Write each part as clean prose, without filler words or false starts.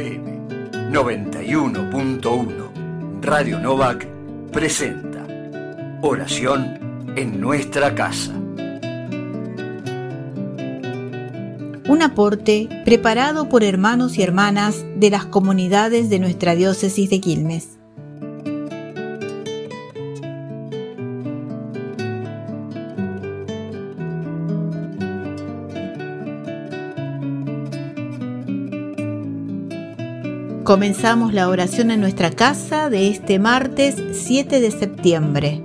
FM 91.1 Radio Novak presenta Oración en nuestra casa. Un aporte preparado por hermanos y hermanas de las comunidades de nuestra diócesis de Quilmes. Comenzamos la oración en nuestra casa de este martes 7 de septiembre.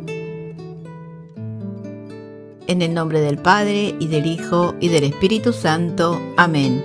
En el nombre del Padre, y del Hijo, y del Espíritu Santo. Amén.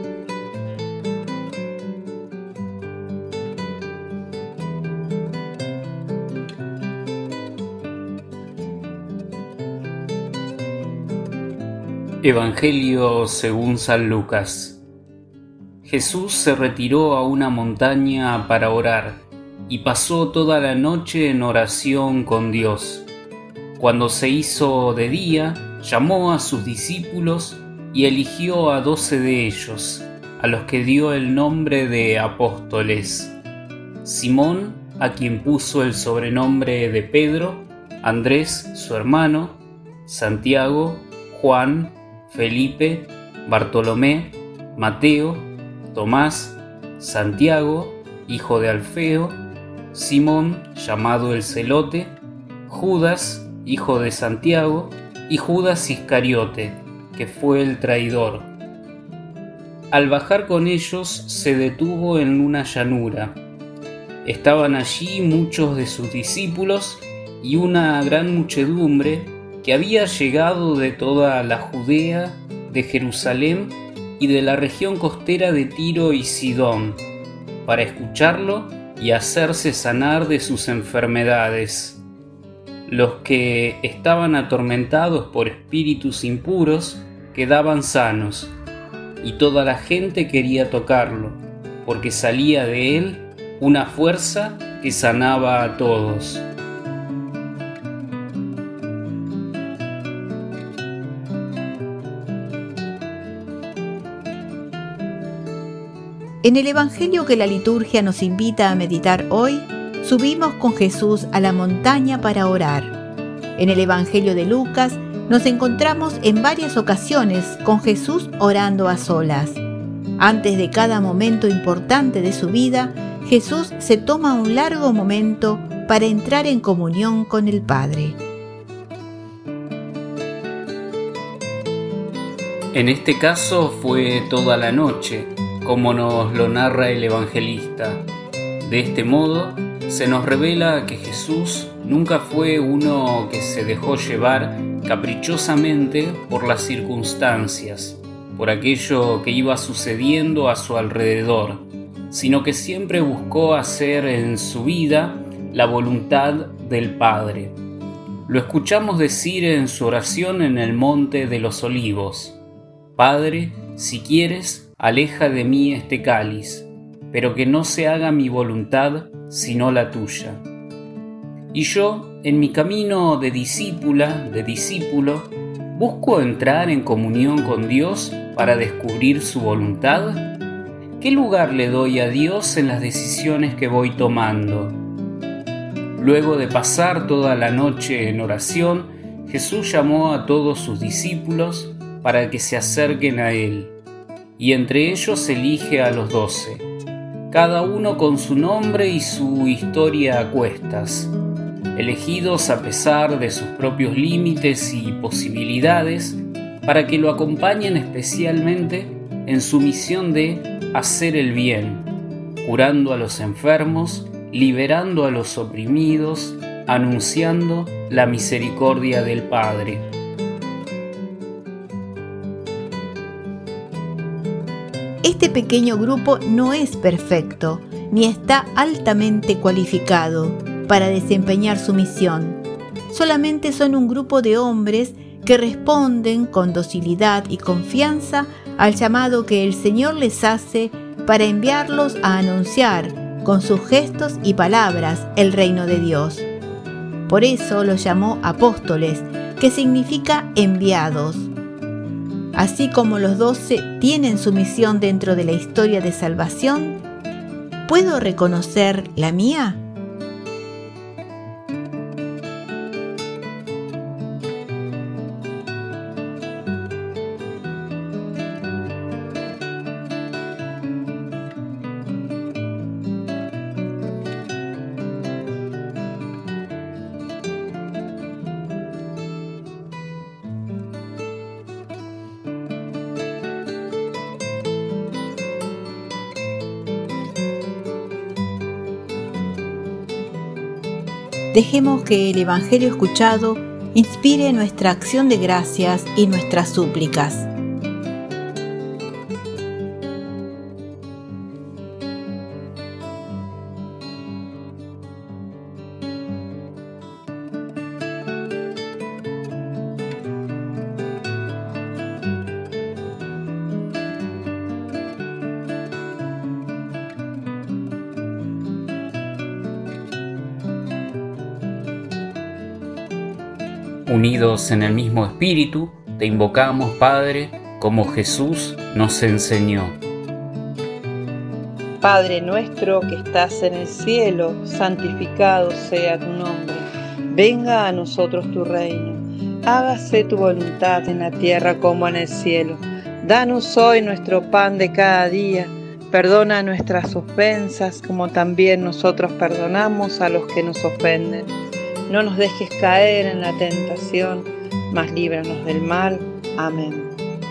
Evangelio según San Lucas. Jesús se retiró a una montaña para orar y pasó toda la noche en oración con Dios. Cuando se hizo de día, llamó a sus discípulos y eligió a 12 de ellos, a los que dio el nombre de apóstoles: Simón, a quien puso el sobrenombre de Pedro; Andrés, su hermano; Santiago; Juan; Felipe; Bartolomé; Mateo; Tomás; Santiago, hijo de Alfeo; Simón, llamado el Celote; Judas, hijo de Santiago; y Judas Iscariote, que fue el traidor. Al bajar con ellos, se detuvo en una llanura. Estaban allí muchos de sus discípulos y una gran muchedumbre que había llegado de toda la Judea, de Jerusalén y de la región costera de Tiro y Sidón, para escucharlo y hacerse sanar de sus enfermedades. Los que estaban atormentados por espíritus impuros quedaban sanos, y toda la gente quería tocarlo, porque salía de él una fuerza que sanaba a todos. En el Evangelio que la liturgia nos invita a meditar hoy, subimos con Jesús a la montaña para orar. En el Evangelio de Lucas nos encontramos en varias ocasiones con Jesús orando a solas. Antes de cada momento importante de su vida, Jesús se toma un largo momento para entrar en comunión con el Padre. En este caso fue toda la noche, como nos lo narra el evangelista. De este modo, se nos revela que Jesús nunca fue uno que se dejó llevar caprichosamente por las circunstancias, por aquello que iba sucediendo a su alrededor, sino que siempre buscó hacer en su vida la voluntad del Padre. Lo escuchamos decir en su oración en el Monte de los Olivos: Padre, si quieres, aleja de mí este cáliz, pero que no se haga mi voluntad sino la tuya. Y yo, en mi camino de discípula, de discípulo, ¿busco entrar en comunión con Dios para descubrir su voluntad? ¿Qué lugar le doy a Dios en las decisiones que voy tomando? Luego de pasar toda la noche en oración, Jesús llamó a todos sus discípulos para que se acerquen a Él, y entre ellos elige a los 12, cada uno con su nombre y su historia a cuestas, elegidos a pesar de sus propios límites y posibilidades, para que lo acompañen especialmente en su misión de hacer el bien, curando a los enfermos, liberando a los oprimidos, anunciando la misericordia del Padre. Este pequeño grupo no es perfecto, ni está altamente cualificado para desempeñar su misión. Solamente son un grupo de hombres que responden con docilidad y confianza al llamado que el Señor les hace para enviarlos a anunciar con sus gestos y palabras el reino de Dios. Por eso los llamó apóstoles, que significa enviados. Así como los 12 tienen su misión dentro de la historia de salvación, ¿puedo reconocer la mía? Dejemos que el Evangelio escuchado inspire nuestra acción de gracias y nuestras súplicas. Unidos en el mismo espíritu, te invocamos, Padre, como Jesús nos enseñó. Padre nuestro que estás en el cielo, santificado sea tu nombre. Venga a nosotros tu reino. Hágase tu voluntad en la tierra como en el cielo. Danos hoy nuestro pan de cada día. Perdona nuestras ofensas como también nosotros perdonamos a los que nos ofenden. No nos dejes caer en la tentación, mas líbranos del mal. Amén.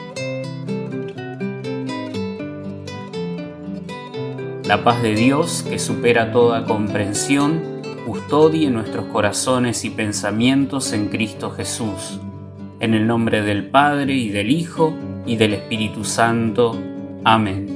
La paz de Dios, que supera toda comprensión, custodie nuestros corazones y pensamientos en Cristo Jesús. En el nombre del Padre, y del Hijo, y del Espíritu Santo. Amén.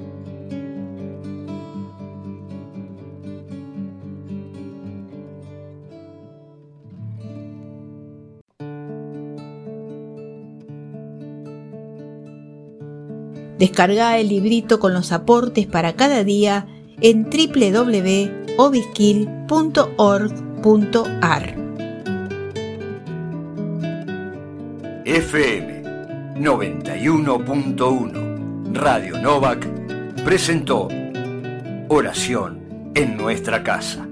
Descarga el librito con los aportes para cada día en www.obiskil.org.ar. FM 91.1 Radio Novak presentó Oración en nuestra casa.